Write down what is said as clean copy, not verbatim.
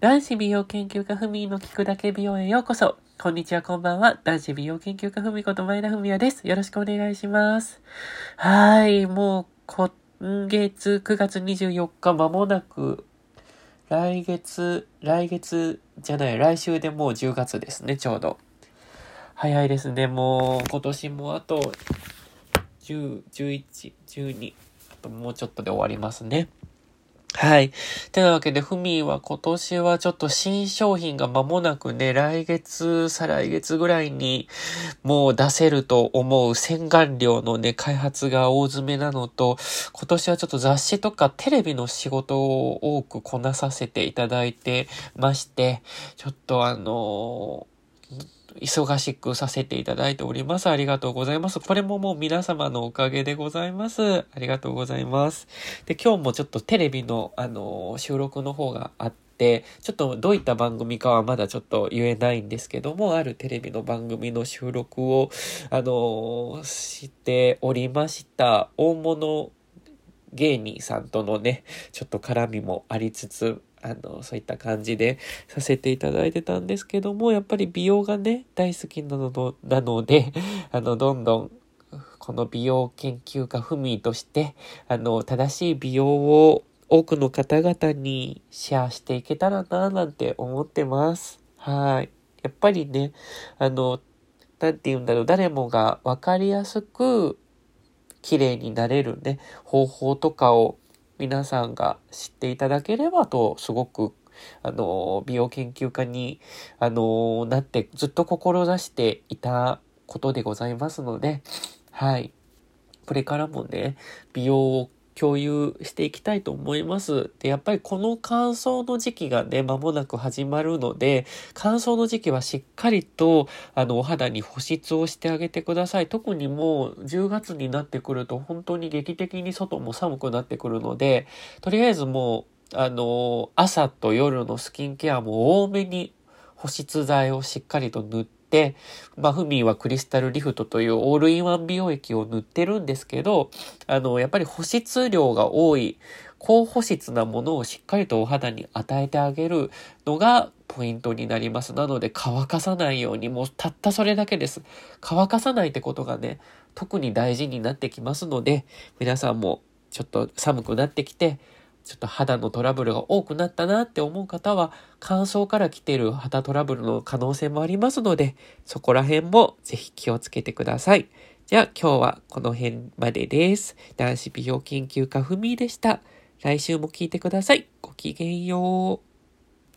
男子美容研究家ふみの聞くだけ美容へようこそ。こんにちは、こんばんは。男子美容研究家ふみこと前田ふみやです。よろしくお願いします。もう今月9月24日間もなく、来週でもう10月ですね、ちょうど。早いですね、もう今年もあと10、11、12、あともうちょっとで終わりますね。はい。てなわけで、ふみは今年はちょっと新商品が間もなくね、再来月ぐらいにもう出せると思う洗顔料のね、開発が大詰めなのと、今年はちょっと雑誌とかテレビの仕事を多くこなさせていただいてまして、ちょっと忙しくさせていただいております。ありがとうございます。これももう皆様のおかげでございます。ありがとうございます。で、今日もちょっとテレビの、収録の方があって、ちょっとどういった番組かはまだちょっと言えないんですけども、あるテレビの番組の収録を、しておりました。大物芸人さんとのね、ちょっと絡みもありつつ、そういった感じでさせていただいてたんですけども、やっぱり美容がね、大好きなので、どんどん、この美容研究家ふみとして、正しい美容を多くの方々にシェアしていけたらな、なんて思ってます。はい。やっぱりね、なんて言うんだろう、誰もがわかりやすく、綺麗になれるね、方法とかを皆さんが知っていただければと、すごく、美容研究家に、なってずっと志していたことでございますので、はい。これからもね、美容を共有していきたいと思います。で、やっぱりこの乾燥の時期がね、間もなく始まるので、乾燥の時期はしっかりと、お肌に保湿をしてあげてください。特にもう10月になってくると、本当に劇的に外も寒くなってくるので、とりあえずもう、朝と夜のスキンケアも多めに保湿剤をしっかりと塗って、ふみはクリスタルリフトというオールインワン美容液を塗ってるんですけど、やっぱり保湿量が多い、高保湿なものをしっかりとお肌に与えてあげるのがポイントになります。なので乾かさないように、もうたったそれだけです。乾かさないってことがね、特に大事になってきますので、皆さんもちょっと寒くなってきて、ちょっと肌のトラブルが多くなったなって思う方は、乾燥から来ている肌トラブルの可能性もありますので、そこら辺もぜひ気をつけてください。じゃあ今日はこの辺までです。男子美容研究家ふみでした。来週も聞いてください。ごきげんよう。